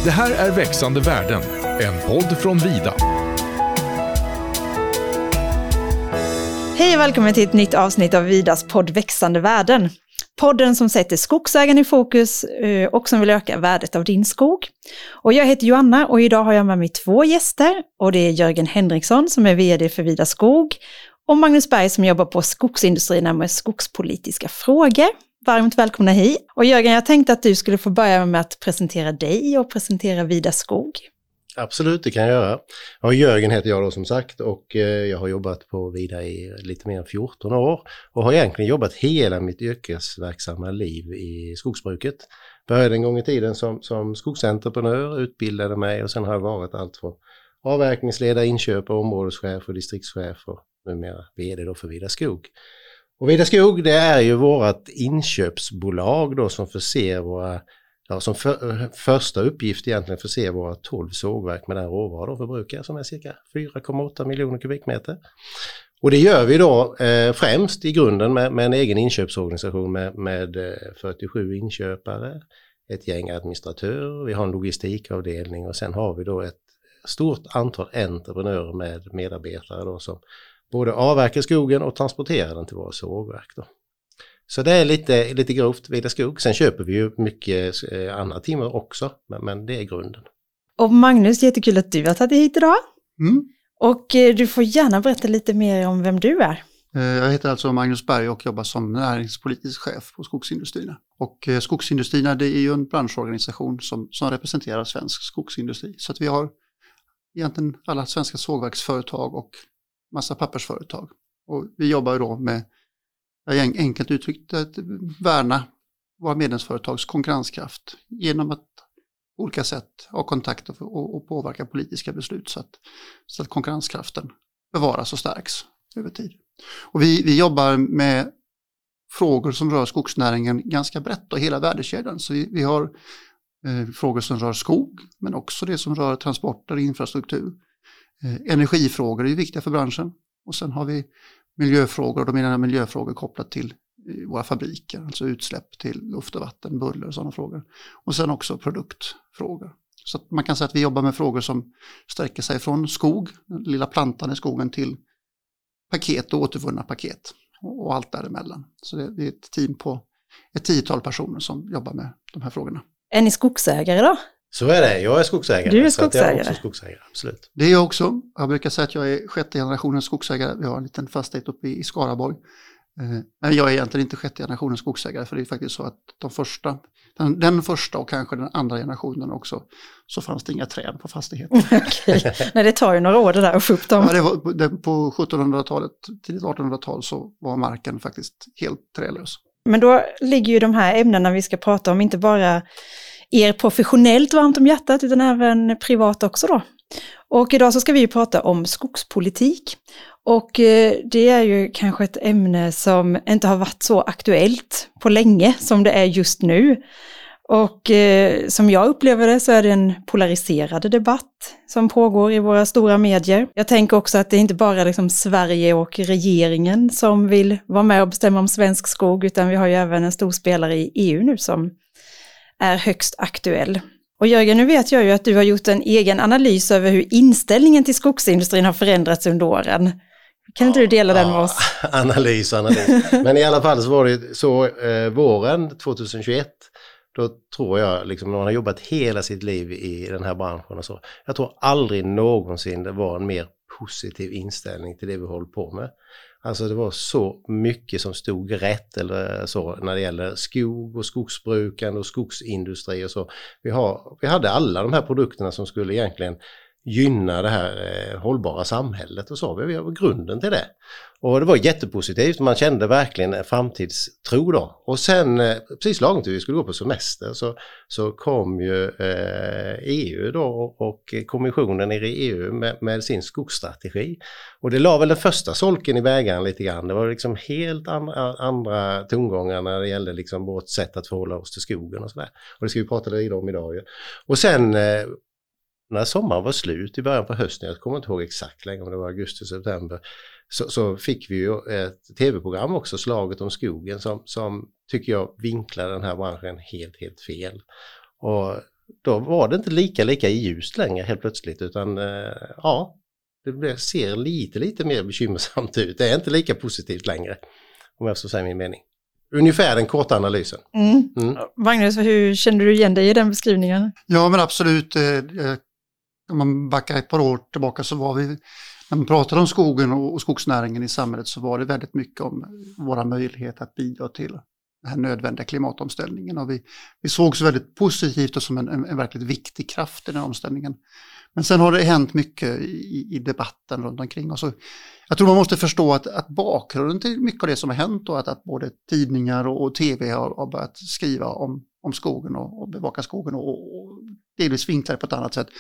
Det här är Växande värden, en podd från Vida. Hej och välkommen till ett nytt avsnitt av Vidas podd Växande värden. Podden som sätter skogsägaren i fokus och som vill öka värdet av din skog. Och jag heter Joanna och idag har jag med mig två gäster. Och det är Jörgen Henriksson som är vd för Vida Skog och Magnus Berg som jobbar på skogsindustrierna med skogspolitiska frågor. Varmt välkomna hit. Och Jörgen, jag tänkte att du skulle få börja med att presentera dig och presentera Vida Skog. Absolut, det kan jag göra. Ja, Jörgen heter jag då som sagt och jag har jobbat på Vida i lite mer än 14 år och har egentligen jobbat hela mitt yrkesverksamma liv i skogsbruket. Började en gång i tiden som skogsentreprenör, utbildade mig och sen har jag varit allt från avverkningsledare, inköpare, områdeschef och distriktschef och numera vd då för Vida Skog. Och Vida Skog, det är ju vårt inköpsbolag då som förser våra, som första uppgift egentligen förser våra 12 sågverk med den råvara de förbrukar som är cirka 4,8 miljoner kubikmeter. Och det gör vi då främst i grunden med en egen inköpsorganisation med 47 inköpare, ett gäng administratörer, vi har en logistikavdelning och sen har vi då ett stort antal entreprenörer med medarbetare då som både avverkar skogen och transporterar den till våra sågverk då. Så det är lite grovt Vida Skog. Sen köper vi ju mycket andra timmer också, men det är grunden. Och Magnus, jättekul att du har tagit hit idag. Mm. Och du får gärna berätta lite mer om vem du är. Jag heter alltså Magnus Berg och jobbar som näringspolitisk chef på skogsindustrierna. Och skogsindustrierna, det är ju en branschorganisation som representerar svensk skogsindustri. Så att vi har egentligen alla svenska sågverksföretag och massa pappersföretag. Och vi jobbar då med, enkelt uttryckt, att värna våra medlemsföretags konkurrenskraft genom att på olika sätt ha kontakt och påverka politiska beslut så att konkurrenskraften bevaras och stärks över tid. Och vi jobbar med frågor som rör skogsnäringen ganska brett och hela värdekedjan. Så vi har frågor som rör skog men också det som rör transporter och infrastruktur. Energifrågor är viktiga för branschen och sen har vi miljöfrågor, och då menar jag miljöfrågor kopplat till våra fabriker, alltså utsläpp till luft och vatten, buller och sådana frågor. Och sen också produktfrågor. Så att man kan säga att vi jobbar med frågor som sträcker sig från skog, den lilla plantan i skogen, till paket och återvunna paket och allt däremellan. Så det är ett team på ett 10-tal personer som jobbar med de här frågorna. Är ni skogsägare då? Så är det, jag är skogsägare. Du är skogsägare? Jag är också skogsägare, absolut. Det är jag också. Jag brukar säga att jag är 6:e generationens skogsägare. Vi har en liten fastighet uppe i Skaraborg. Men jag är egentligen inte 6:e generationens skogsägare, för det är faktiskt så att den första och kanske den andra generationen också, så fanns det inga träd på fastigheten. Okej. Nej, det tar ju några år det där att få upp dem. Ja, på 1700-talet, tidigt 1800-tal så var marken faktiskt helt trälös. Men då ligger ju de här ämnena vi ska prata om inte bara er professionellt varmt om hjärtat utan även privat också då. Och idag så ska vi ju prata om skogspolitik. Och det är ju kanske ett ämne som inte har varit så aktuellt på länge som det är just nu. Och som jag upplever det så är det en polariserad debatt som pågår i våra stora medier. Jag tänker också att det inte bara är liksom Sverige och regeringen som vill vara med och bestämma om svensk skog, utan vi har ju även en stor spelare i EU nu som är högst aktuell. Och Jörgen, nu vet jag ju att du har gjort en egen analys över hur inställningen till skogsindustrin har förändrats under åren. Kan inte du dela den med oss? Analys. Men i alla fall så var det så våren 2021, då tror jag, liksom, när man har jobbat hela sitt liv i den här branschen och så, jag tror aldrig någonsin det var en mer positiv inställning till det vi håller på med. Alltså det var så mycket som stod rätt eller så när det gäller skog och skogsbrukande och skogsindustri och så. Vi hade alla de här produkterna som skulle egentligen gynna det här hållbara samhället och så. Vi har grunden till det. Och det var jättepositivt. Man kände verkligen en framtidstro då. Och sen precis lagom till vi skulle gå på semester så kom ju EU då och kommissionen nere i EU med sin skogsstrategi. Och det la väl den första solken i vägen lite grann. Det var liksom helt andra tongångar när det gällde liksom vårt sätt att förhålla oss till skogen och sådär. Och det ska vi prata lite om idag ju. Och sen när sommaren var slut i början på hösten, jag kommer inte ihåg exakt länge om det var augusti, september, så fick vi ju ett tv-program också, Slaget om skogen, som tycker jag vinklar den här branschen helt fel. Och då var det inte lika ljust längre helt plötsligt, utan det ser lite mer bekymmersamt ut. Det är inte lika positivt längre, om jag ska säga min mening. Ungefär den korta analysen. Magnus, hur känner du igen dig i den beskrivningen? Ja, men absolut. Om man backar ett par år tillbaka så var vi, när man pratade om skogen och skogsnäringen i samhället, så var det väldigt mycket om våra möjligheter att bidra till den här nödvändiga klimatomställningen. Och vi såg så väldigt positivt och som en verkligt viktig kraft i den omställningen. Men sen har det hänt mycket i debatten runt omkring. Och så, jag tror man måste förstå att bakgrunden till mycket av det som har hänt och att både tidningar och tv har börjat skriva om skogen och bevaka skogen och delvis vinkla på ett annat sätt.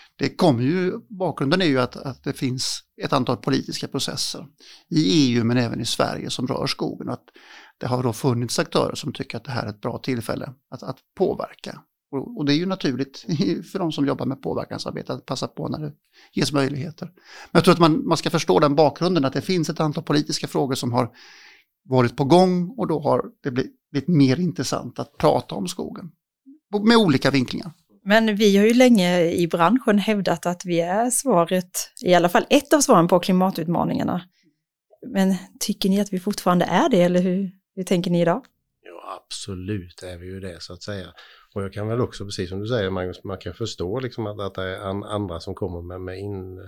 Bakgrunden är ju att det finns ett antal politiska processer i EU men även i Sverige som rör skogen. Och att det har då funnits aktörer som tycker att det här är ett bra tillfälle att påverka. Och det är ju naturligt för de som jobbar med påverkansarbete att passa på när det ges möjligheter. Men jag tror att man ska förstå den bakgrunden, att det finns ett antal politiska frågor som har varit på gång och då har det blivit mer intressant att prata om skogen med olika vinklingar. Men vi har ju länge i branschen hävdat att vi är svaret, i alla fall ett av svaren på klimatutmaningarna. Men tycker ni att vi fortfarande är det, eller hur tänker ni idag? Ja, absolut är vi ju det, så att säga. Och jag kan väl också, precis som du säger Magnus, man kan förstå liksom att det är andra som kommer med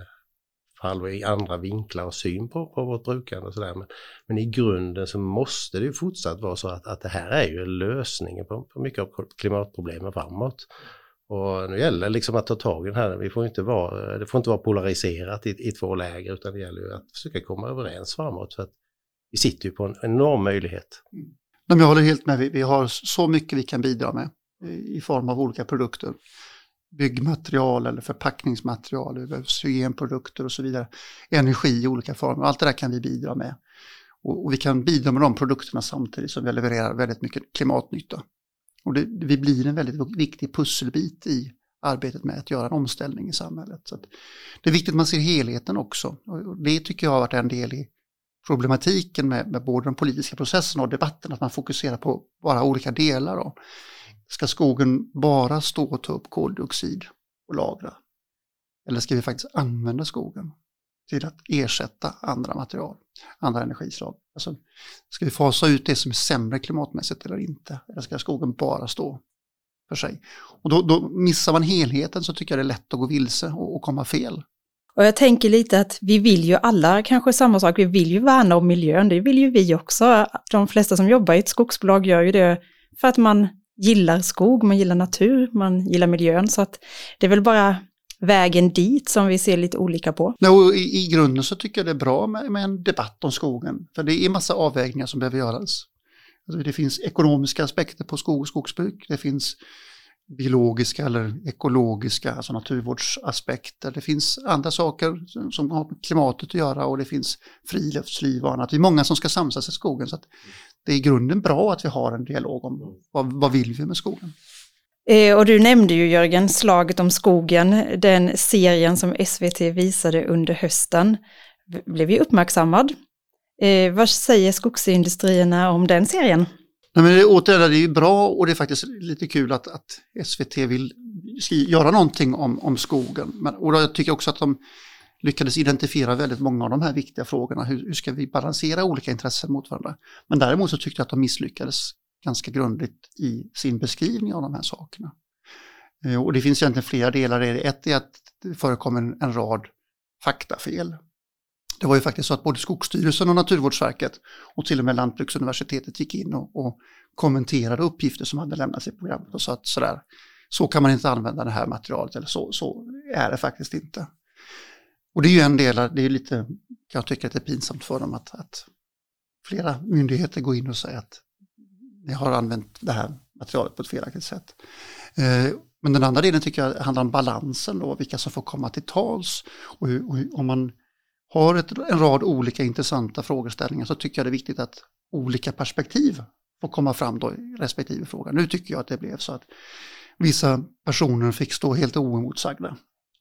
infall och i andra vinklar och syn på vårt brukande och sådär. Men i grunden så måste det ju fortsatt vara så att det här är ju lösningen på mycket av klimatproblemen framåt. Och nu gäller det liksom att ta tag i den här. Det får inte vara polariserat i två läger, utan det gäller ju att försöka komma överens framåt, för att vi sitter ju på en enorm möjlighet. Jag håller helt med. Vi har så mycket vi kan bidra med i form av olika produkter. Byggmaterial eller förpackningsmaterial, hygienprodukter och så vidare. Energi i olika former. Allt det där kan vi bidra med. Och vi kan bidra med de produkterna samtidigt som vi levererar väldigt mycket klimatnytta. Och vi blir en väldigt viktig pusselbit i arbetet med att göra en omställning i samhället. Så att det är viktigt att man ser helheten också. Och det tycker jag har varit en del i problematiken med både de politiska processerna och debatten, att man fokuserar på bara olika delar. Då. Ska skogen bara stå och ta upp koldioxid och lagra? Eller ska vi faktiskt använda skogen till att ersätta andra material, andra energislag? Alltså, ska vi fasa ut det som är sämre klimatmässigt eller inte? Eller ska skogen bara stå för sig? Och då missar man helheten, så tycker jag det är lätt att gå vilse och komma fel. Och jag tänker lite att vi vill ju alla kanske samma sak, vi vill ju värna om miljön, det vill ju vi också. De flesta som jobbar i ett skogsbolag gör ju det för att man gillar skog, man gillar natur, man gillar miljön, så att det är väl bara vägen dit som vi ser lite olika på. I grunden så tycker jag det är bra med en debatt om skogen, för det är en massa avvägningar som behöver göras. Alltså det finns ekonomiska aspekter på skog och skogsbruk, det finns biologiska eller ekologiska, alltså naturvårdsaspekter. Det finns andra saker som har med klimatet att göra, och det finns friluftsliv och annat. Det är många som ska samsas i skogen, så att det är i grunden bra att vi har en dialog om vad vill vi med skogen. Och du nämnde ju, Jörgen, Slaget om skogen, den serien som SVT visade under hösten, blev ju uppmärksammad. Vad säger skogsindustrierna om den serien? Nej, men återigen, det är ju bra, och det är faktiskt lite kul att SVT vill göra någonting om skogen. Och jag tycker också att de lyckades identifiera väldigt många av de här viktiga frågorna. Hur ska vi balansera olika intressen mot varandra? Men däremot så tyckte jag att de misslyckades ganska grundligt i sin beskrivning av de här sakerna. Och det finns egentligen flera delar. Ett är att det förekommer en rad faktafel. Det var ju faktiskt så att både Skogsstyrelsen och Naturvårdsverket och till och med Lantbruksuniversitetet gick in och kommenterade uppgifter som hade lämnats i programmet och sa att så kan man inte använda det här materialet, eller så är det faktiskt inte. Och det är ju en del, det är lite, jag tycker att det är pinsamt för dem att flera myndigheter går in och säger att ni har använt det här materialet på ett felaktigt sätt. Men den andra delen tycker jag handlar om balansen då, vilka som får komma till tals. Och om man har en rad olika intressanta frågeställningar, så tycker jag det är viktigt att olika perspektiv får komma fram då i respektive fråga. Nu tycker jag att det blev så att vissa personer fick stå helt oemotsagda.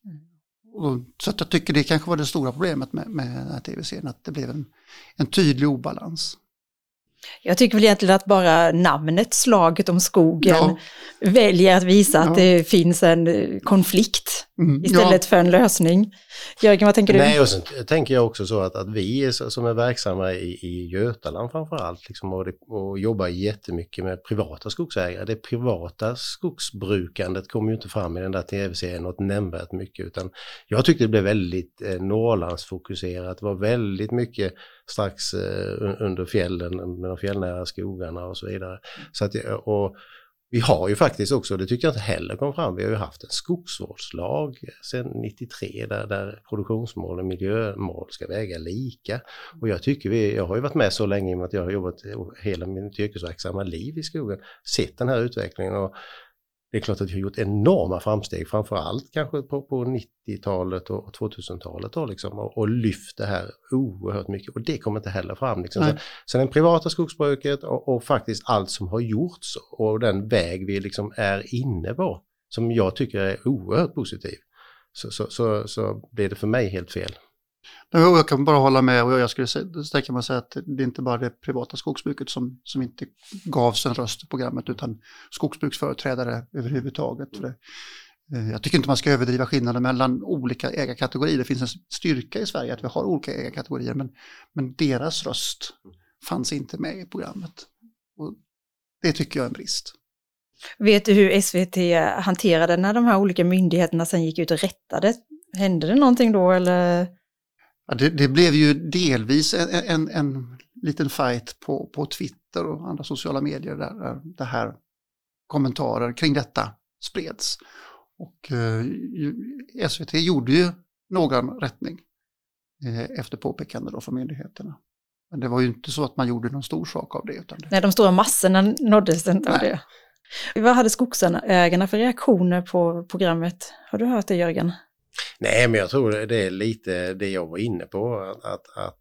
Så att jag tycker det kanske var det stora problemet med den här tv-serien, att det blev en tydlig obalans. Jag tycker väl egentligen att bara namnet Slaget om skogen väljer att visa att det finns en konflikt istället för en lösning. Jörgen, vad tänker du? Nej, och sen tänker jag också så att vi som är verksamma i Götaland framförallt liksom, och jobbar jättemycket med privata skogsägare. Det privata skogsbrukandet kommer ju inte fram i den där tv-serien något nämnvärt mycket, utan jag tyckte det blev väldigt Norrlandsfokuserat. Det var väldigt mycket strax under fjällen med de fjällnära skogarna och så vidare. Så att, och vi har ju faktiskt också, det tycker jag inte heller kom fram, vi har ju haft en skogsvårdslag sedan 93 där produktionsmål och miljömål ska väga lika. Och jag tycker jag har ju varit med så länge i och med att jag har jobbat hela mitt yrkesverksamma liv i skogen, sett den här utvecklingen, och det är klart att vi har gjort enorma framsteg, framförallt kanske på 90-talet och 2000-talet då, liksom, och lyft det här oerhört mycket, och det kommer inte heller fram. Liksom. Så den privata skogsbruket och faktiskt allt som har gjorts och den väg vi liksom är inne på, som jag tycker är oerhört positiv, så blir det för mig helt fel. Jag kan bara hålla med, och jag skulle sträcka mig och säga att det är inte bara det privata skogsbruket som inte gavs en röst i programmet, utan skogsbruksföreträdare överhuvudtaget. Jag tycker inte man ska överdriva skillnaden mellan olika ägarkategorier. Det finns en styrka i Sverige att vi har olika ägarkategorier, men deras röst fanns inte med i programmet. Och det tycker jag är en brist. Vet du hur SVT hanterade när de här olika myndigheterna sen gick ut och rättade? Hände det någonting då eller? Ja, det blev ju delvis en liten fight på Twitter och andra sociala medier där det här kommentarer kring detta spreds. Och SVT gjorde ju någon rättning efter påpekande då från myndigheterna. Men det var ju inte så att man gjorde någon stor sak av det. Nej, de stora massorna nåddes inte av det. Vad hade skogsägarna för reaktioner på programmet? Har du hört det, Jörgen? Nej, men jag tror det är lite det jag var inne på, att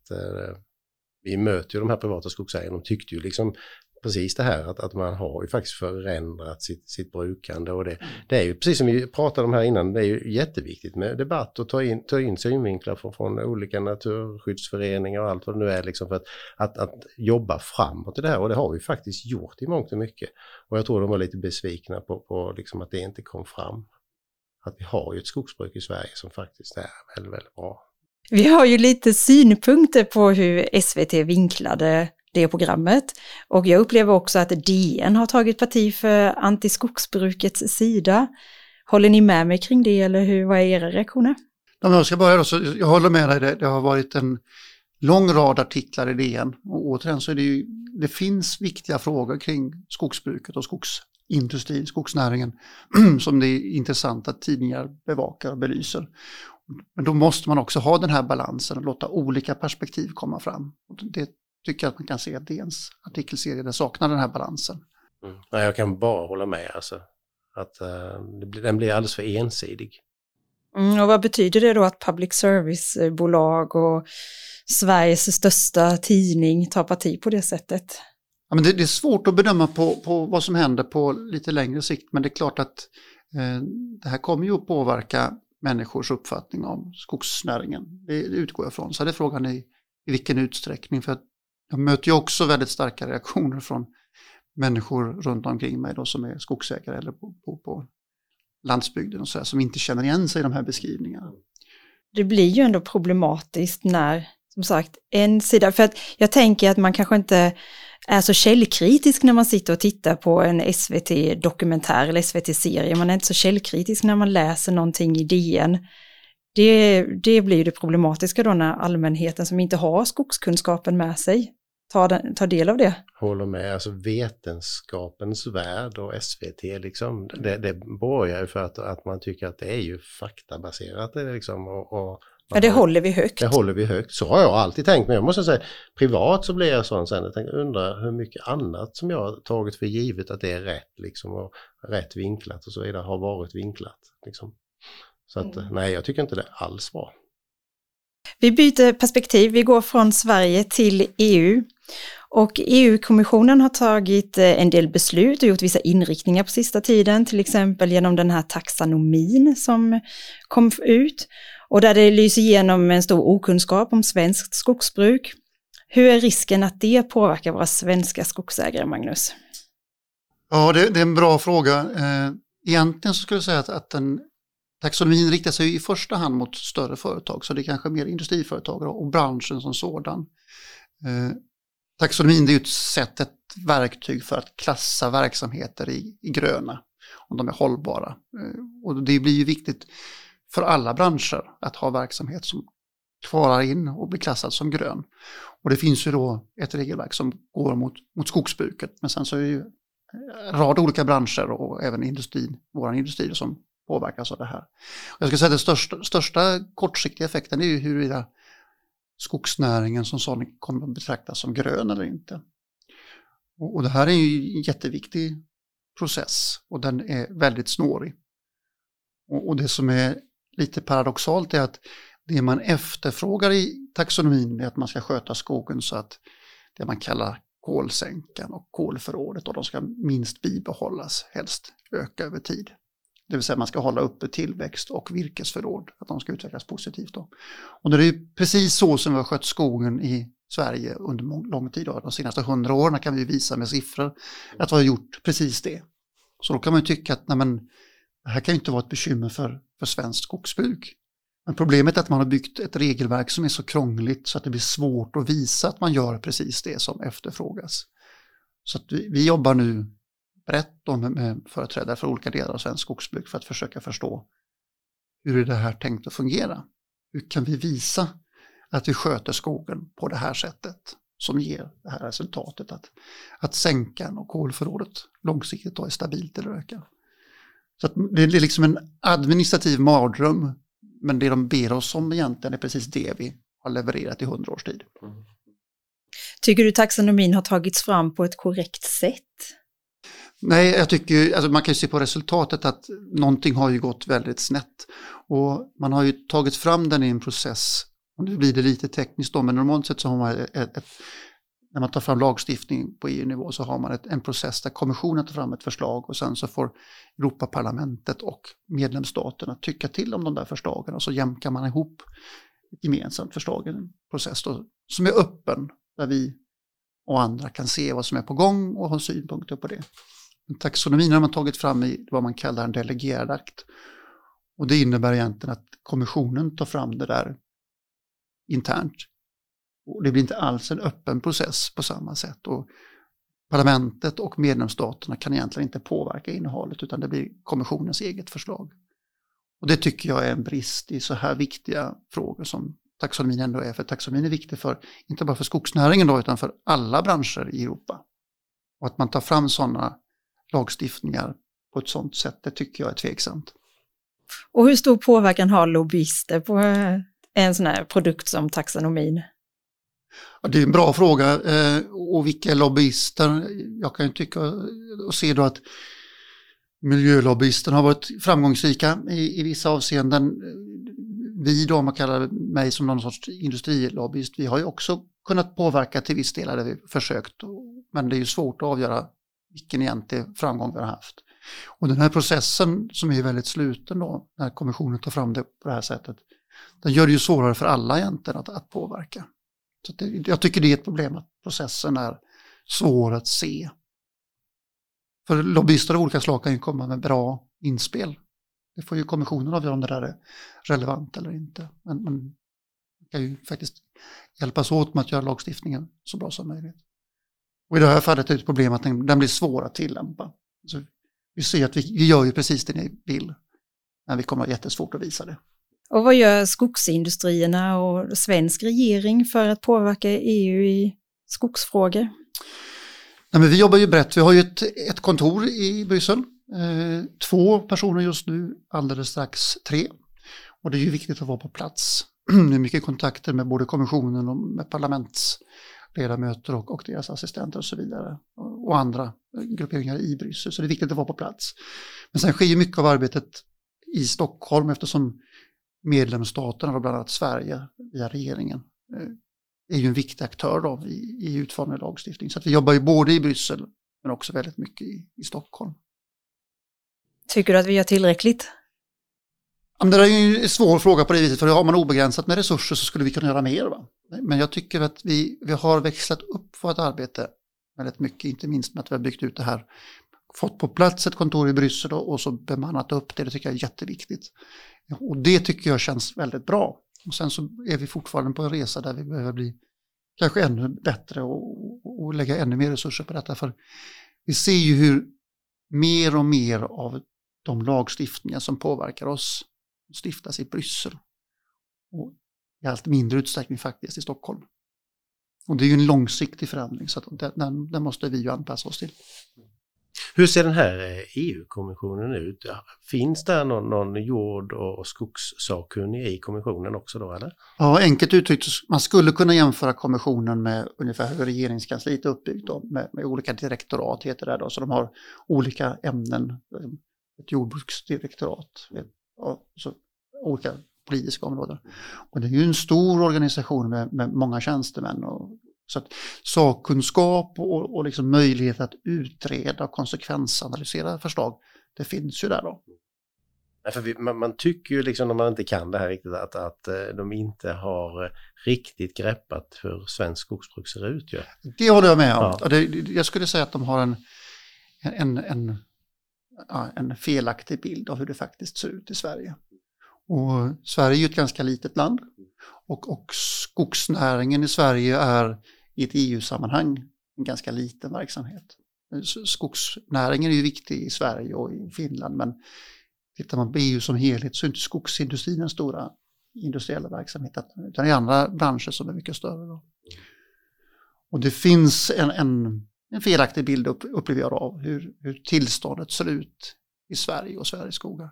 vi möter ju de här privata skogsägarna. De tyckte ju liksom precis det här att man har ju faktiskt förändrat sitt brukande, och det är ju precis som vi pratade om här innan, det är ju jätteviktigt med debatt och ta in synvinklar från olika naturskyddsföreningar och allt vad det nu är liksom, för att jobba framåt i det här, och det har vi faktiskt gjort i mångt och mycket, och jag tror de var lite besvikna på liksom att det inte kom fram. Att vi har ju ett skogsbruk i Sverige som faktiskt är väldigt, väldigt bra. Vi har ju lite synpunkter på hur SVT vinklade det programmet. Och jag upplever också att DN har tagit parti för antiskogsbrukets sida. Håller ni med mig kring det, eller vad är era reaktioner? Jag ska börja då, så jag håller med dig. Det har varit en lång rad artiklar i DN. Och återigen så är det finns viktiga frågor kring skogsbruket och skogsindustrin, skogsnäringen, som det är intressant att tidningar bevakar och belyser. Men då måste man också ha den här balansen och låta olika perspektiv komma fram. Och det tycker jag att man kan se att DNs artikelserie där saknar den här balansen. Nej, jag kan bara hålla med. Alltså, att den blir alldeles för ensidig. Och vad betyder det då att public service-bolag och Sveriges största tidning tar parti på det sättet? Ja, men det är svårt att bedöma på vad som händer på lite längre sikt, men det är klart att det här kommer ju att påverka människors uppfattning om skogsnäringen. Det utgår jag från. Så är det frågan i vilken utsträckning, för att jag möter ju också väldigt starka reaktioner från människor runt omkring mig då, som är skogsägare eller på landsbygden och så här, som inte känner igen sig i de här beskrivningarna. Det blir ju ändå problematiskt när, som sagt, en sida, för att jag tänker att man kanske inte är så källkritisk när man sitter och tittar på en SVT-dokumentär eller SVT-serie. Man är inte så källkritisk när man läser någonting i DN. Det blir det problematiska då när allmänheten som inte har skogskunskapen med sig tar del av det. Håller med, alltså vetenskapens värld och SVT liksom, det borgar ju för att man tycker att det är ju faktabaserat liksom, och ja, det håller vi högt. Det håller vi högt, så har jag alltid tänkt, men jag måste säga, privat så blir jag sån sen, jag undrar hur mycket annat som jag har tagit för givet att det är rätt liksom, och rätt vinklat och så vidare har varit vinklat liksom. Så att nej, jag tycker inte det alls bra. Vi byter perspektiv, vi går från Sverige till EU. Och EU-kommissionen har tagit en del beslut och gjort vissa inriktningar på sista tiden, till exempel genom den här taxonomin som kom ut. Och där det lyser igenom en stor okunskap om svenskt skogsbruk. Hur är risken att det påverkar våra svenska skogsägare, Magnus? Ja, det är en bra fråga. Egentligen så skulle jag säga att taxonomin riktar sig i första hand mot större företag, så det är kanske mer industriföretag och branschen som sådan. Taxonomin är ju ett verktyg för att klassa verksamheter i gröna, om de är hållbara. Och det blir ju viktigt för alla branscher att ha verksamhet som kvalar in och blir klassad som grön. Och det finns ju då ett regelverk som går mot skogsbruket, men sen så är det ju en rad olika branscher och även vår industri som påverkas av det här. Och jag ska säga att den största kortsiktiga effekten är ju huruvida skogsnäringen som sådan kommer att betraktas som grön eller inte. Och det här är ju en jätteviktig process och den är väldigt snårig. Och det som är lite paradoxalt är att det man efterfrågar i taxonomin är att man ska sköta skogen så att det man kallar kolsänkan och kolförrådet, och de ska minst bibehållas, helst öka över tid. Det vill säga man ska hålla uppe tillväxt och virkesförråd, att de ska utvecklas positivt då. Och det är ju precis så som vi har skött skogen i Sverige under lång tid. De senaste 100 åren kan vi visa med siffror att vi har gjort precis det. Så då kan man ju tycka att det här kan ju inte vara ett bekymmer för svenskt skogsbruk. Men problemet är att man har byggt ett regelverk som är så krångligt så att det blir svårt att visa att man gör precis det som efterfrågas. Så att vi jobbar nu brett med företrädare för olika delar av svensk skogsbruk för att försöka förstå hur är det här tänkt att fungera. Hur kan vi visa att vi sköter skogen på det här sättet som ger det här resultatet att sänkan och kolförrådet långsiktigt då är stabilt eller ökar. Så att det är liksom en administrativ mardröm, men det de ber oss om egentligen är precis det vi har levererat i 100 års tid. Tycker du taxonomin har tagits fram på ett korrekt sätt? Nej, jag tycker, alltså man kan ju se på resultatet att någonting har ju gått väldigt snett. Och man har ju tagit fram den i en process, och nu blir det lite tekniskt då, men normalt sett så har man när man tar fram lagstiftning på EU-nivå så har man en process där kommissionen tar fram ett förslag och sen så får Europaparlamentet och medlemsstaterna tycka till om de där förslagen, och så jämkar man ihop ett gemensamt förslag, en process då, som är öppen, där vi och andra kan se vad som är på gång och ha synpunkter på det. Taxonomin har man tagit fram i vad man kallar en delegerad akt, och det innebär egentligen att kommissionen tar fram det där internt. Och det blir inte alls en öppen process på samma sätt, och parlamentet och medlemsstaterna kan egentligen inte påverka innehållet, utan det blir kommissionens eget förslag. Och det tycker jag är en brist i så här viktiga frågor som taxonomin ändå är, för taxonomin är viktig för, inte bara för skogsnäringen då, utan för alla branscher i Europa. Och att man tar fram sådana lagstiftningar på ett sådant sätt, det tycker jag är tveksamt. Och hur stor påverkan har lobbyister på en sån här produkt som taxonomin? Ja, det är en bra fråga. Och vilka lobbyister? Jag kan ju tycka och se då att miljölobbyisterna har varit framgångsrika i vissa avseenden. Vi då, man kallar mig som någon sorts industrilobbyist, vi har ju också kunnat påverka till viss del där vi försökt, men det är ju svårt att avgöra vilken egentlig framgång vi har haft. Och den här processen som är väldigt sluten då, när kommissionen tar fram det på det här sättet, den gör det ju svårare för alla egentligen att påverka. Så jag tycker det är ett problem att processen är svår att se. För lobbyister av olika slag kan ju komma med bra inspel. Det får ju kommissionen avgöra om det där är relevant eller inte. Men man kan ju faktiskt hjälpas åt med att göra lagstiftningen så bra som möjligt. Och i det här fallet är det ett problem att den blir svår att tillämpa. Så vi ser att vi gör ju precis det ni vill, men vi kommer att ha jättesvårt att visa det. Och vad gör skogsindustrierna och svensk regering för att påverka EU i skogsfrågor? Nej, men vi jobbar ju brett. Vi har ju ett kontor i Bryssel. 2 personer just nu, alldeles strax 3. Och det är ju viktigt att vara på plats. Det är mycket kontakter med både kommissionen och med parlamentsledamöter och deras assistenter och så vidare. Och andra grupperingar i Bryssel. Så det är viktigt att vara på plats. Men sen sker ju mycket av arbetet i Stockholm, eftersom medlemsstaterna, bland annat Sverige via regeringen, är ju en viktig aktör då i utformning av lagstiftning. Så att vi jobbar ju både i Bryssel men också väldigt mycket i Stockholm. Tycker du att vi gör tillräckligt? Men det är ju en svår fråga på det viset, för har man obegränsat med resurser så skulle vi kunna göra mer. Va? Men jag tycker att vi har växlat upp vårt arbete väldigt mycket, inte minst med att vi har byggt ut det här. Fått på plats ett kontor i Bryssel och så bemannat upp det tycker jag är jätteviktigt. Och det tycker jag känns väldigt bra. Och sen så är vi fortfarande på en resa där vi behöver bli kanske ännu bättre och lägga ännu mer resurser på detta. För vi ser ju hur mer och mer av de lagstiftningar som påverkar oss stiftas i Bryssel. Och i allt mindre utsträckning faktiskt i Stockholm. Och det är ju en långsiktig förändring så att den måste vi ju anpassa oss till. Hur ser den här EU-kommissionen ut? Finns det någon jord- och skogssakkunnig i kommissionen också då, eller? Ja, enkelt uttryckt, man skulle kunna jämföra kommissionen med ungefär hur regeringskansliet är uppbyggt då, med olika direktorat heter det då, så de har olika ämnen, ett jordbruksdirektorat, så olika politiska områden. Och det är ju en stor organisation med många tjänstemän så att sakkunskap och liksom möjlighet att utreda och konsekvensanalysera förslag, det finns ju där då. För man tycker ju liksom när man inte kan det här riktigt att de inte har riktigt greppat hur svensk skogsbruk ser ut. Ja. Det håller jag med om. Ja. Jag skulle säga att de har en felaktig bild av hur det faktiskt ser ut i Sverige. Och Sverige är ju ett ganska litet land och skogsnäringen i Sverige är i ett EU-sammanhang en ganska liten verksamhet. Skogsnäringen är ju viktig i Sverige och i Finland, men tittar man på EU som helhet så är inte skogsindustrin den stora industriella verksamheten, utan det är andra branscher som är mycket större. Då. Och det finns en felaktig bild upplever jag av hur tillståndet ser ut i Sverige och Sveriges skogar.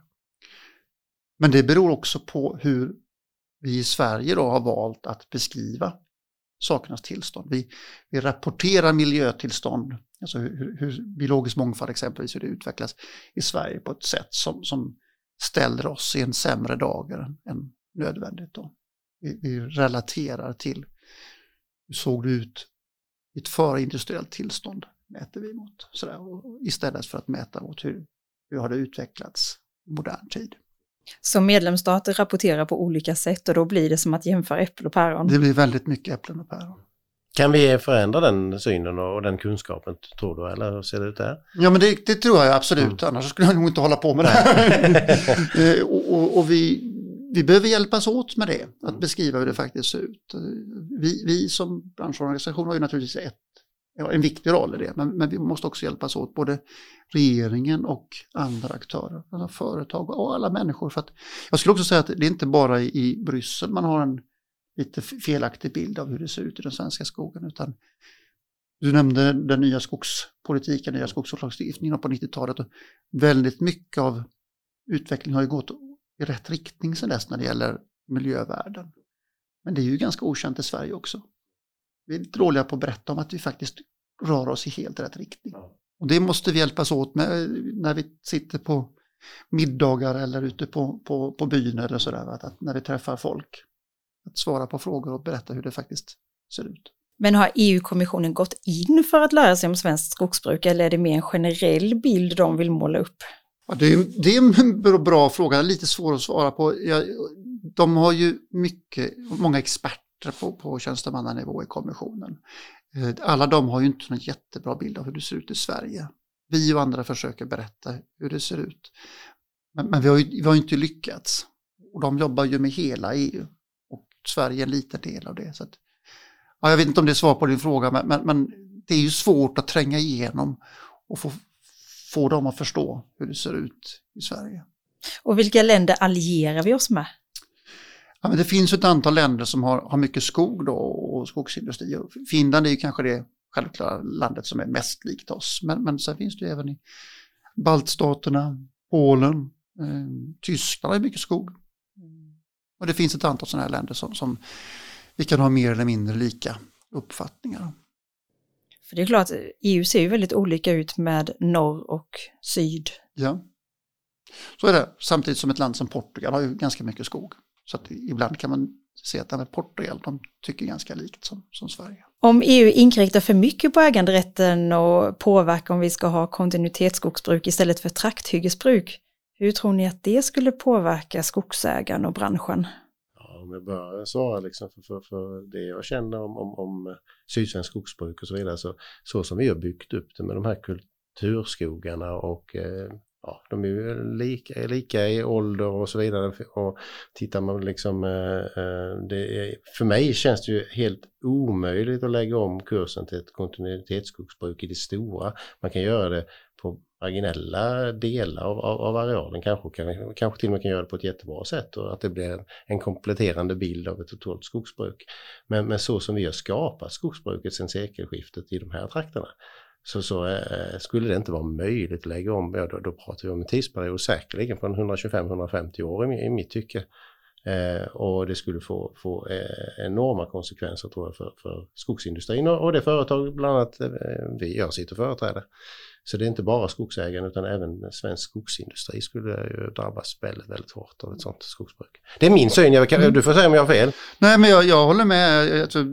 Men det beror också på hur vi i Sverige då har valt att beskriva sakernas tillstånd. Vi rapporterar miljötillstånd, alltså hur biologisk mångfald exempelvis hur det utvecklas i Sverige på ett sätt som ställer oss i en sämre dager än nödvändigt. Då. Vi relaterar till hur såg det ut i ett förindustriellt tillstånd mäter vi mot. Sådär, istället för att mäta mot hur har det utvecklats i modern tid. Så medlemsstater rapporterar på olika sätt och då blir det som att jämföra äpplen och päron. Det blir väldigt mycket äpplen och päron. Kan vi förändra den synen och den kunskapen, tror du, eller hur ser det ut där? Ja, men det tror jag absolut, annars skulle jag nog inte hålla på med det här. och vi behöver hjälpas åt med det, att beskriva hur det faktiskt ser ut. Vi som branschorganisation har ju naturligtvis en viktig roll i det, men vi måste också hjälpas åt, både regeringen och andra aktörer, alltså företag och alla människor. För att, jag skulle också säga att det är inte bara i Bryssel man har en lite felaktig bild av hur det ser ut i den svenska skogen, utan du nämnde den nya skogspolitiken, nya skogsvårdslagstiftningen på 90-talet, och väldigt mycket av utvecklingen har ju gått i rätt riktning sedan dess när det gäller miljövärden. Men det är ju ganska okänt i Sverige också. Vi är lite dåliga på att berätta om att vi faktiskt rör oss i helt rätt riktning. Och det måste vi hjälpas åt med när vi sitter på middagar eller ute på byn eller sådär. Att när vi träffar folk, att svara på frågor och berätta hur det faktiskt ser ut. Men har EU-kommissionen gått in för att lära sig om svenskt skogsbruk, eller är det mer en generell bild de vill måla upp? Ja, det är en bra fråga, lite svår att svara på. De har ju många experter på tjänstemannanivå i kommissionen. Alla de har ju inte en jättebra bild av hur det ser ut i Sverige. Vi och andra försöker berätta hur det ser ut. Men vi har ju inte lyckats. Och de jobbar ju med hela EU. Och Sverige är en liten del av det. Så att, ja, jag vet inte om det är svar på din fråga, men det är ju svårt att tränga igenom och få dem att förstå hur det ser ut i Sverige. Och vilka länder allierar vi oss med? Ja, men det finns ett antal länder som har mycket skog då, och skogsindustri. Finland är ju kanske det självklara landet som är mest likt oss. Men sen finns det ju även i baltstaterna, Polen, Tyskland har mycket skog. Och det finns ett antal sådana här länder som vi kan ha mer eller mindre lika uppfattningar. För det är klart, EU ser ju väldigt olika ut med norr och syd. Ja, så är det. Samtidigt som ett land som Portugal har ju ganska mycket skog. Så att ibland kan man se att Portugal, de tycker ganska likt som Sverige. Om EU inkräktar för mycket på äganderätten och påverkar om vi ska ha kontinuitetsskogsbruk istället för trakthyggesbruk, Hur tror ni att det skulle påverka skogsägaren och branschen? Ja, om jag börjar svara liksom för det jag känner om sydsvensk skogsbruk och så vidare, så som vi har byggt upp det med de här kulturskogarna och de är ju lika i ålder och så vidare, och tittar man liksom, för mig känns det ju helt omöjligt att lägga om kursen till ett kontinuitetsskogsbruk i det stora. Man kan göra det på marginella delar av arealen, kanske till och med kan göra det på ett jättebra sätt, och att det blir en kompletterande bild av ett totalt skogsbruk. Men så som vi har skapat skogsbruket sedan sekelskiftet i de här trakterna, så skulle det inte vara möjligt att lägga om. Då pratar vi om en tidsperiod säkerligen på 125-150 år i mitt tycke. Och det skulle få enorma konsekvenser, tror jag, för skogsindustrin och det företag bland annat jag sitter och företräder. Så det är inte bara skogsägaren utan även svensk skogsindustri skulle ju drabbas väldigt, väldigt hårt av ett sånt skogsbruk. Det är min syn, du får säga om jag har fel. Nej, men jag håller med. Alltså,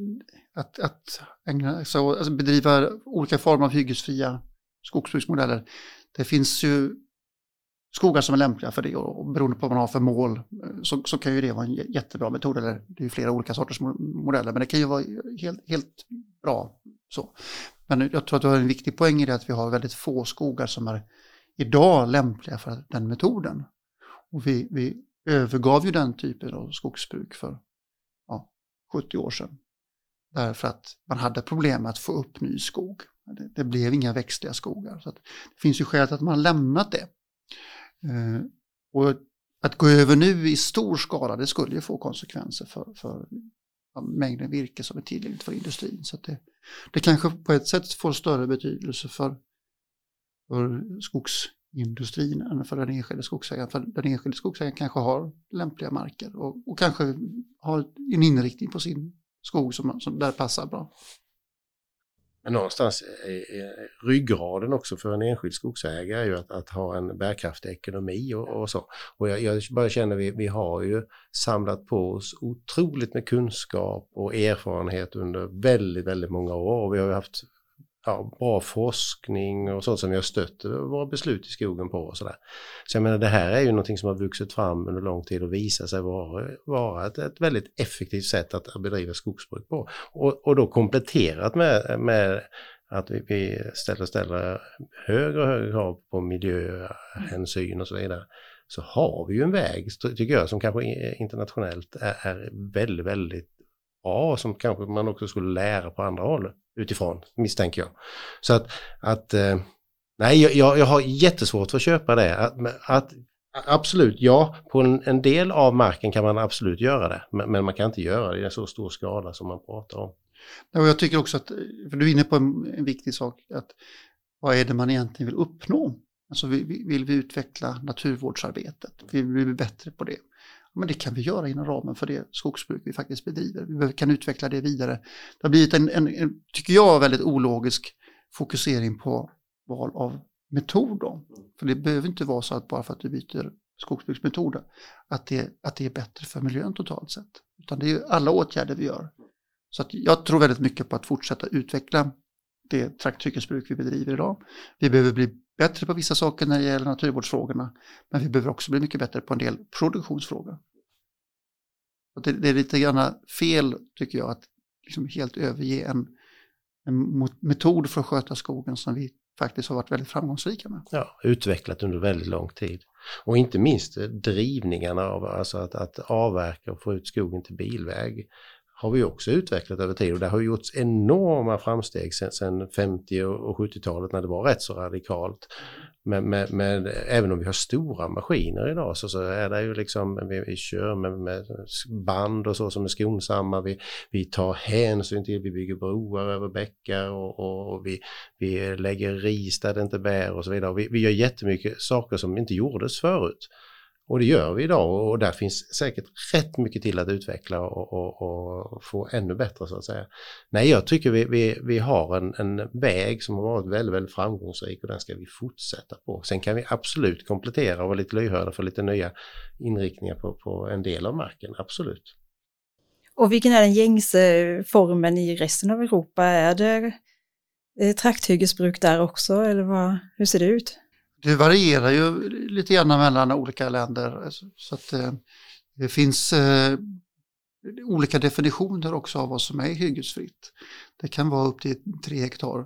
att bedriva olika former av hyggesfria skogsbruksmodeller. Det finns ju skogar som är lämpliga för det, och beroende på vad man har för mål så kan ju det vara en jättebra metod, eller det är ju flera olika sorters modeller, men det kan ju vara helt bra så. Men jag tror att det har en viktig poäng i det, att vi har väldigt få skogar som är idag lämpliga för den metoden. Och vi övergav ju den typen av skogsbruk för 70 år sedan. Därför att man hade problem med att få upp ny skog. Det blev inga växtliga skogar. Så det finns ju skäl att man har lämnat det. Och att gå över nu i stor skala, det skulle ju få konsekvenser för mängden virke som är tillgängligt för industrin. Så att det kanske på ett sätt får större betydelse för skogsindustrin än för den enskilde skogsägaren. För den enskilde skogsägaren kanske har lämpliga marker och kanske har en inriktning på sin skog som där passar bra. Men någonstans är ryggraden också för en enskild skogsägare är ju att ha en bärkraftig ekonomi och så. Och jag bara känner vi har ju samlat på oss otroligt med kunskap och erfarenhet under väldigt, väldigt många år. Och vi har ju haft bra forskning och sånt som vi har stött våra beslut i skogen på och sådär. Så jag menar, det här är ju någonting som har vuxit fram under lång tid och visar sig vara ett väldigt effektivt sätt att bedriva skogsbruk på. Och då kompletterat med att vi ställer högre och högre krav på miljöhänsyn och så vidare, så har vi ju en väg, tycker jag, som kanske internationellt är väldigt, väldigt bra, som kanske man också skulle lära på andra håll utifrån, misstänker jag. Så att nej, jag har jättesvårt för att köpa det. Att absolut, ja, på en del av marken kan man absolut göra det, men man kan inte göra det i en så stor skala som man pratar om. Och jag tycker också att, för du är inne på en viktig sak, att vad är det man egentligen vill uppnå? Alltså vill vi utveckla naturvårdsarbetet? Vill vi bli bättre på det? Men det kan vi göra inom ramen för det skogsbruk vi faktiskt bedriver. Vi kan utveckla det vidare. Det har blivit en tycker jag, väldigt ologisk fokusering på val av metod då. För det behöver inte vara så att bara för att du byter skogsbruksmetod att det är bättre för miljön totalt sett. Utan det är ju alla åtgärder vi gör. Så att jag tror väldigt mycket på att fortsätta utveckla det trakthyggesbruk vi bedriver idag. Vi behöver bli bättre på vissa saker när det gäller naturvårdsfrågorna, men vi behöver också bli mycket bättre på en del produktionsfrågor. Och det är lite grann fel, tycker jag, att liksom helt överge en metod för att sköta skogen som vi faktiskt har varit väldigt framgångsrika med. Ja, utvecklat under väldigt lång tid. Och inte minst drivningarna av att avverka och få ut skogen till bilväg har vi också utvecklat över tid, och det har gjorts enorma framsteg sedan 50- och 70-talet när det var rätt så radikalt. Men även om vi har stora maskiner idag så är det ju liksom, vi kör med band och så som är skonsamma, vi tar hänsyn till, vi bygger broar över bäckar och vi lägger ris där det inte bär och så vidare. Och vi gör jättemycket saker som inte gjordes förut. Och det gör vi idag, och där finns säkert rätt mycket till att utveckla och få ännu bättre, så att säga. Nej, jag tycker vi har en väg som har varit väldigt, väldigt framgångsrik, och den ska vi fortsätta på. Sen kan vi absolut komplettera och vara lite lyhörda för lite nya inriktningar på en del av marken, absolut. Och vilken är den gängse formen i resten av Europa? Är det trakthyggesbruk där också, eller hur ser det ut? Det varierar ju lite grann mellan olika länder. Så att det finns olika definitioner också av vad som är hyggesfritt. Det kan vara upp till 3 hektar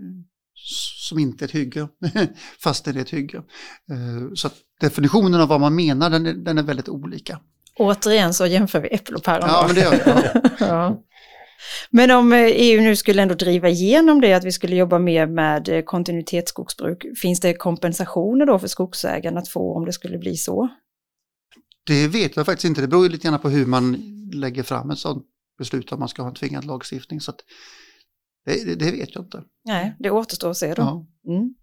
som inte är ett hygge, fast det är ett hygge. Så att definitionen av vad man menar, den är väldigt olika. Återigen så jämför vi äpplen och päron. Ja, men det gör vi. Ja. Men om EU nu skulle ändå driva igenom det, att vi skulle jobba mer med kontinuitetsskogsbruk, finns det kompensationer då för skogsägarna att få om det skulle bli så? Det vet jag faktiskt inte. Det beror ju lite grann på hur man lägger fram ett sådant beslut om man ska ha en tvingad lagstiftning. Så att det vet jag inte. Nej, det återstår att se då. Ja. Mm.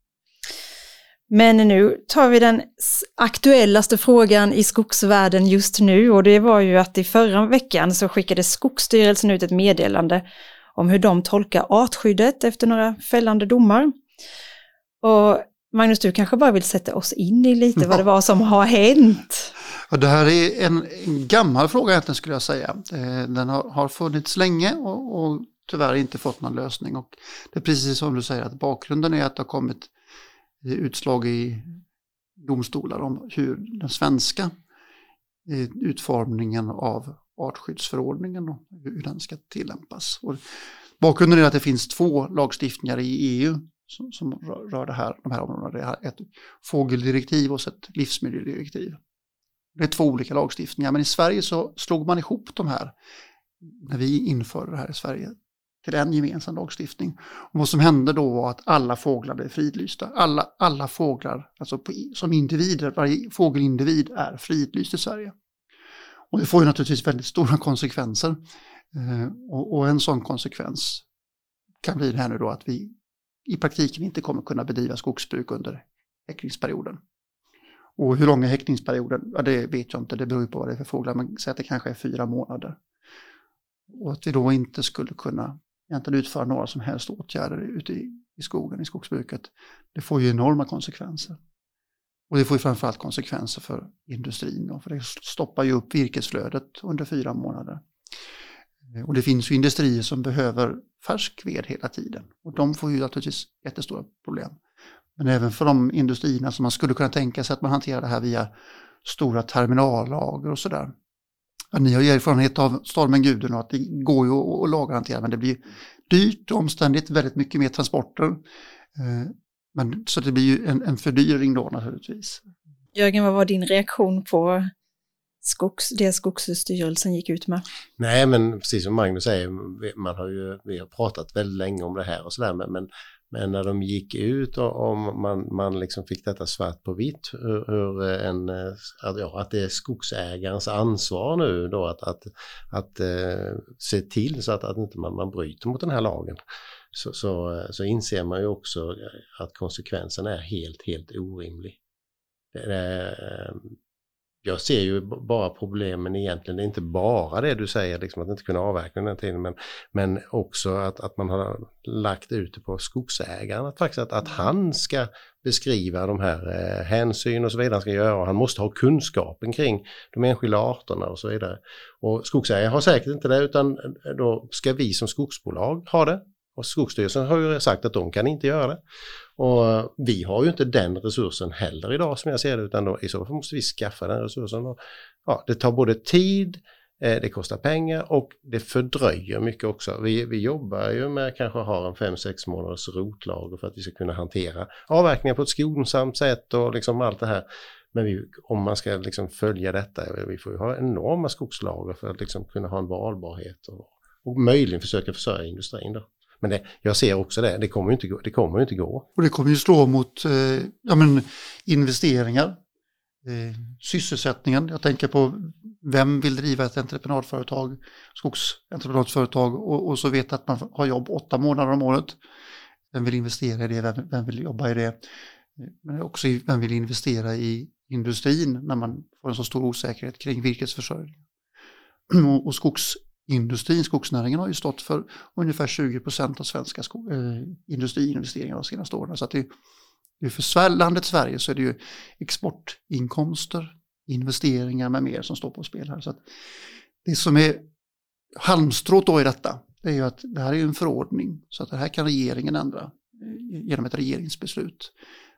Men nu tar vi den aktuellaste frågan i skogsvärlden just nu, och det var ju att i förra veckan så skickade Skogsstyrelsen ut ett meddelande om hur de tolkar artskyddet efter några fällande domar. Och Magnus, du kanske bara vill sätta oss in i lite vad det var som har hänt. Ja, det här är en gammal fråga egentligen, skulle jag säga. Den har funnits länge och tyvärr inte fått någon lösning. Och det är precis som du säger, att bakgrunden är att det har kommit utslag i domstolar om hur den svenska utformningen av artskyddsförordningen och hur den ska tillämpas. Och bakgrunden är att det finns 2 lagstiftningar i EU som rör de här områdena. Det är ett fågeldirektiv och ett livsmiljödirektiv. Det är 2 olika lagstiftningar, men i Sverige så slog man ihop de här när vi införde det här i Sverige till en gemensam lagstiftning. Och vad som hände då var att alla fåglar blev fridlysta. Alla fåglar, alltså som individer, varje fågelindivid är fridlyst i Sverige. Och det får ju naturligtvis väldigt stora konsekvenser. Och en sån konsekvens kan bli det här nu då, att vi i praktiken inte kommer kunna bedriva skogsbruk under häckningsperioden. Och hur lång är häckningsperioden? Ja, det vet jag inte, det beror ju på vad det är för fåglar, men säg att det kanske är 4 månader. Och att vi då inte skulle kunna egentligen utföra några som helst åtgärder ute i skogen, i skogsbruket, det får ju enorma konsekvenser. Och det får ju framförallt konsekvenser för industrin då, för det stoppar ju upp virkesflödet under 4 månader. Och det finns ju industrier som behöver färsk ved hela tiden, och de får ju naturligtvis jättestora problem. Men även för de industrierna som man skulle kunna tänka sig att man hanterar det här via stora terminallager och sådär. Ja, ni har ju erfarenhet av stormen Gudrun och att det går ju att lagerhantera, men det blir dyrt och omständigt, väldigt mycket mer transporter. Men, så det blir ju en fördyring då naturligtvis. Jörgen, vad var din reaktion på det Skogsstyrelsen gick ut med? Nej, men precis som Magnus säger, vi har pratat väldigt länge om det här och sådär, men när de gick ut och man liksom fick detta svart på vitt, att det är skogsägarens ansvar nu då att se till så att inte man bryter mot den här lagen, så inser man ju också att konsekvensen är helt orimlig. Jag ser ju bara problemen egentligen, det är inte bara det du säger, liksom att inte kunna avverka den här tiden, men också att man har lagt ut det på skogsägaren, att faktiskt att han ska beskriva de här hänsyn och så vidare han ska göra, och han måste ha kunskapen kring de enskilda arterna och så vidare. Och skogsägare har säkert inte det, utan då ska vi som skogsbolag ha det. Och Skogsstyrelsen har ju sagt att de kan inte göra det. Och vi har ju inte den resursen heller idag som jag ser det, utan då, i så fall måste vi skaffa den resursen. Och, det tar både tid, det kostar pengar och det fördröjer mycket också. Vi jobbar ju med kanske har en 5-6 månaders rotlager för att vi ska kunna hantera avverkningar på ett skonsamt sätt och liksom allt det här. Men om man ska liksom följa detta, vi får ju ha enorma skogslager för att liksom kunna ha en valbarhet och möjligen försöka försörja industrin då. Men jag ser också det kommer ju inte gå. Och det kommer ju slå mot investeringar, sysselsättningen. Jag tänker på vem vill driva ett skogsentreprenadföretag och så vet att man har jobb 8 månader om året. Vem vill investera i det? Vem vill jobba i det? Men också vem vill investera i industrin när man får en så stor osäkerhet kring virkesförsörjning. Och skogsnäringen har ju stått för ungefär 20% av svenska industriinvesteringar de senaste åren. Så att det är för landet Sverige så är det ju exportinkomster, investeringar med mer som står på spel här. Så att det som är halmstrået då i detta, det är ju att det här är en förordning, så att det här kan regeringen ändra genom ett regeringsbeslut.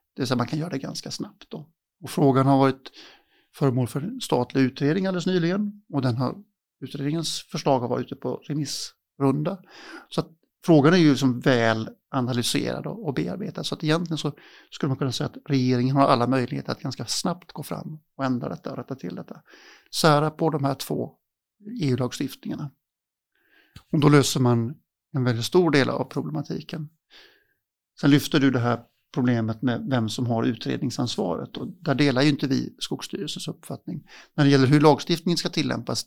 Det vill säga man kan göra det ganska snabbt då. Och frågan har varit föremål för en statlig utredning alldeles nyligen. Och utredningens förslag har varit ute på remissrunda. Så att frågan är ju som väl analyserad och bearbetad. Så att egentligen så skulle man kunna säga att regeringen har alla möjligheter att ganska snabbt gå fram och ändra detta och rätta till detta. Sära på de här 2 EU-lagstiftningarna. Och då löser man en väldigt stor del av problematiken. Sen lyfter du det här problemet med vem som har utredningsansvaret. Och där delar ju inte vi Skogsstyrelsens uppfattning. När det gäller hur lagstiftningen ska tillämpas,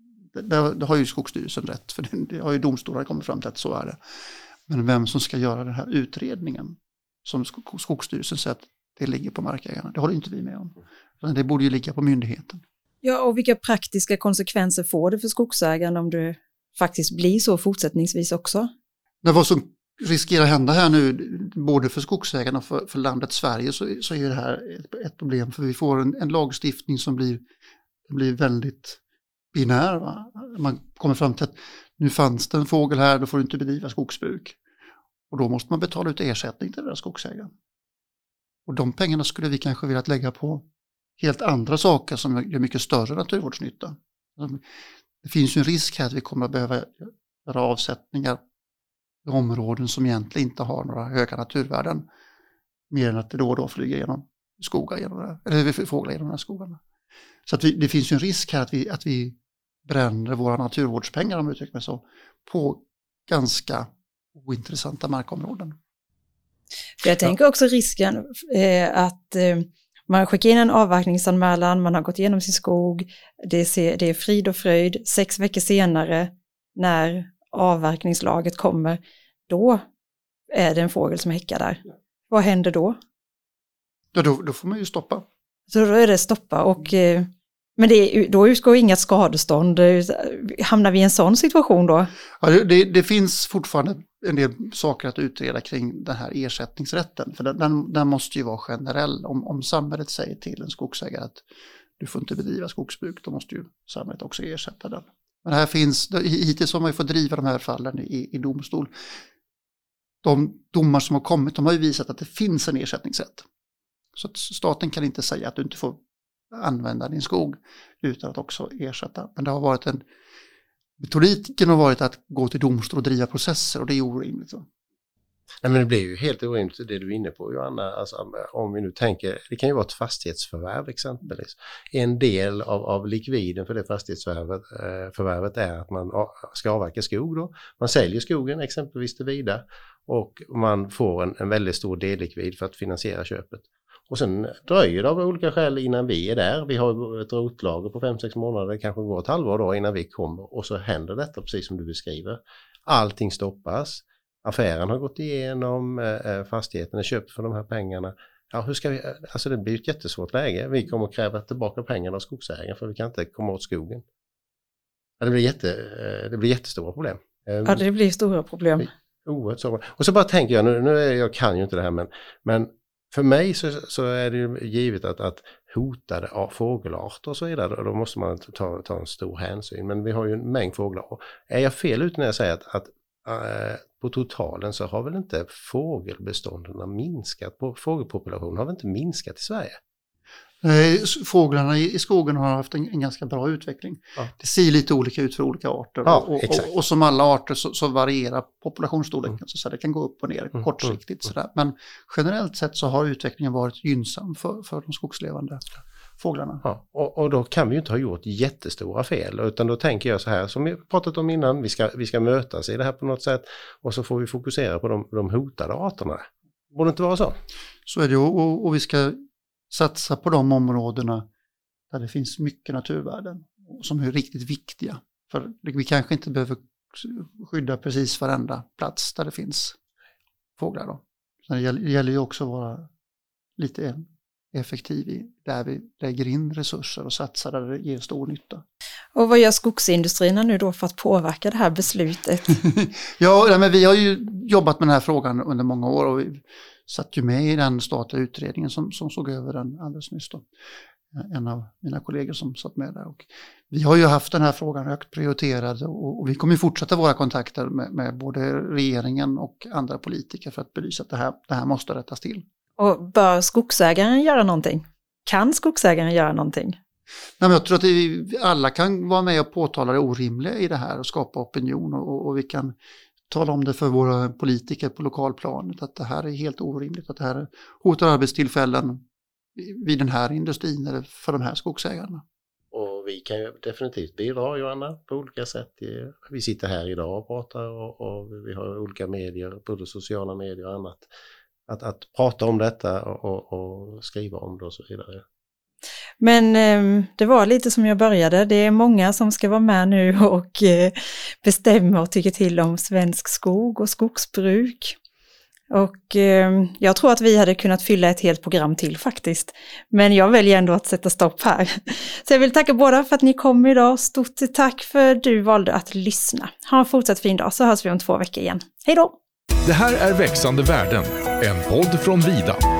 det har ju Skogsstyrelsen rätt. För det har ju domstolar kommit fram till att så är det. Men vem som ska göra den här utredningen, som Skogsstyrelsen säger att det ligger på markägarna, det håller inte vi med om. Det borde ju ligga på myndigheten. Ja, och vilka praktiska konsekvenser får det för skogsägarna om det faktiskt blir så fortsättningsvis också? Men vad som riskerar hända här nu, både för skogsägarna och för landet Sverige, så är det här ett problem. För vi får en lagstiftning som blir väldigt binär. Va? Man kommer fram till att nu fanns det en fågel här, då får du inte bedriva skogsbruk. Och då måste man betala ut ersättning till den skogsägaren. Och de pengarna skulle vi kanske vilja lägga på helt andra saker som gör mycket större naturvårdsnytta. Det finns ju en risk här att vi kommer att behöva göra avsättningar i områden som egentligen inte har några höga naturvärden. Mer än att det då och då flyger genom skogar, eller fåglar genom de här skogarna. Så att det finns ju en risk här att vi bränner våra naturvårdspengar, om uttrycker mig så, på ganska ointressanta markområden. Jag tänker också risken att man skickar in en avverkningsanmälan, man har gått igenom sin skog, det är frid och fröjd. 6 veckor senare, när avverkningslaget kommer, då är det en fågel som häckar där. Vad händer då? Ja, då får man ju stoppa. Så då är det stoppa men då utgår inga skadestånd. Hamnar vi i en sån situation då? Ja, det finns fortfarande en del saker att utreda kring den här ersättningsrätten. För den måste ju vara generell. Om samhället säger till en skogsägare att du får inte bedriva skogsbruk, då måste ju samhället också ersätta den. Men här hittills har man ju fått driva de här fallen i domstol. De domar som har kommit, de har ju visat att det finns en ersättningsrätt. Så att staten kan inte säga att du inte får använda din skog utan att också ersätta. Men det har varit metodiken har varit att gå till domstol och driva processer, och det är orimligt. Nej, men det blir ju helt orimligt det du är inne på, Johanna. Alltså, om vi nu tänker, det kan ju vara ett fastighetsförvärv exempelvis. En del av likviden för det fastighetsförvärvet är att man ska avverka skog då. Man säljer skogen exempelvis till Vida och man får en väldigt stor dellikvid för att finansiera köpet. Och sen dröjer det av olika skäl innan vi är där. Vi har ett rotlager på 5-6 månader, kanske går ett halvår då innan vi kommer. Och så händer detta precis som du beskriver. Allting stoppas. Affären har gått igenom, fastigheten är köpt för de här pengarna. Ja, hur ska vi, alltså det blir ett jättesvårt läge. Vi kommer att kräva tillbaka pengarna av skogsägaren för vi kan inte komma åt skogen. Ja, det blir jättestora problem. Ja, det blir stora problem. Oerhört så. Och så bara tänker jag, jag kan ju inte det här, men för mig så är det ju givet att hotade fågelarter och så vidare, då måste man ta en stor hänsyn. Men vi har ju en mängd fåglar. Är jag fel ute när jag säger att på totalen så har väl inte fågelbestånden minskat, fågelpopulationen har väl inte minskat i Sverige? Fåglarna i skogen har haft en ganska bra utveckling. Ja. Det ser lite olika ut för olika arter. Ja, och som alla arter så varierar populationsstorleken. Så det kan gå upp och ner kortsiktigt. Sådär. Men generellt sett så har utvecklingen varit gynnsam för de skogslevande fåglarna. Ja, och då kan vi ju inte ha gjort jättestora fel. Utan då tänker jag så här, som vi pratat om innan, vi ska mötas i det här på något sätt. Och så får vi fokusera på de hotade arterna. Borde det inte vara så? Så är det, och vi ska satsa på de områdena där det finns mycket naturvärden som är riktigt viktiga. För vi kanske inte behöver skydda precis varenda plats där det finns fåglar då. Så det gäller ju också att vara lite effektiv i där vi lägger in resurser och satsar där det ger stor nytta. Och vad gör skogsindustrierna nu då för att påverka det här beslutet? Ja, men vi har ju jobbat med den här frågan under många år och vi satt ju med i den statliga utredningen som såg över den alldeles nyss då. En av mina kollegor som satt med där. Och vi har ju haft den här frågan högt prioriterad och vi kommer ju fortsätta våra kontakter med både regeringen och andra politiker för att belysa att det här måste rättas till. Och bör skogsägaren göra någonting? Kan skogsägaren göra någonting? Nej, men jag tror att alla kan vara med och påtala det orimliga i det här och skapa opinion och vi kan tala om det för våra politiker på lokalplanet att det här är helt orimligt, att det här hotar arbetstillfällen vid den här industrin eller för de här skogsägarna. Och vi kan ju definitivt bidra, Johanna, på olika sätt. Vi sitter här idag och pratar och vi har olika medier, både sociala medier och annat. Att prata om detta och skriva om det och så vidare. Men det var lite som jag började. Det är många som ska vara med nu och bestämma och tycka till om svensk skog och skogsbruk. Och jag tror att vi hade kunnat fylla ett helt program till faktiskt. Men jag väljer ändå att sätta stopp här. Så jag vill tacka båda för att ni kom idag. Stort tack för att du valde att lyssna. Ha en fortsatt fin dag så hörs vi om 2 veckor igen. Hej då! Det här är Växande värden, en podd från Vida.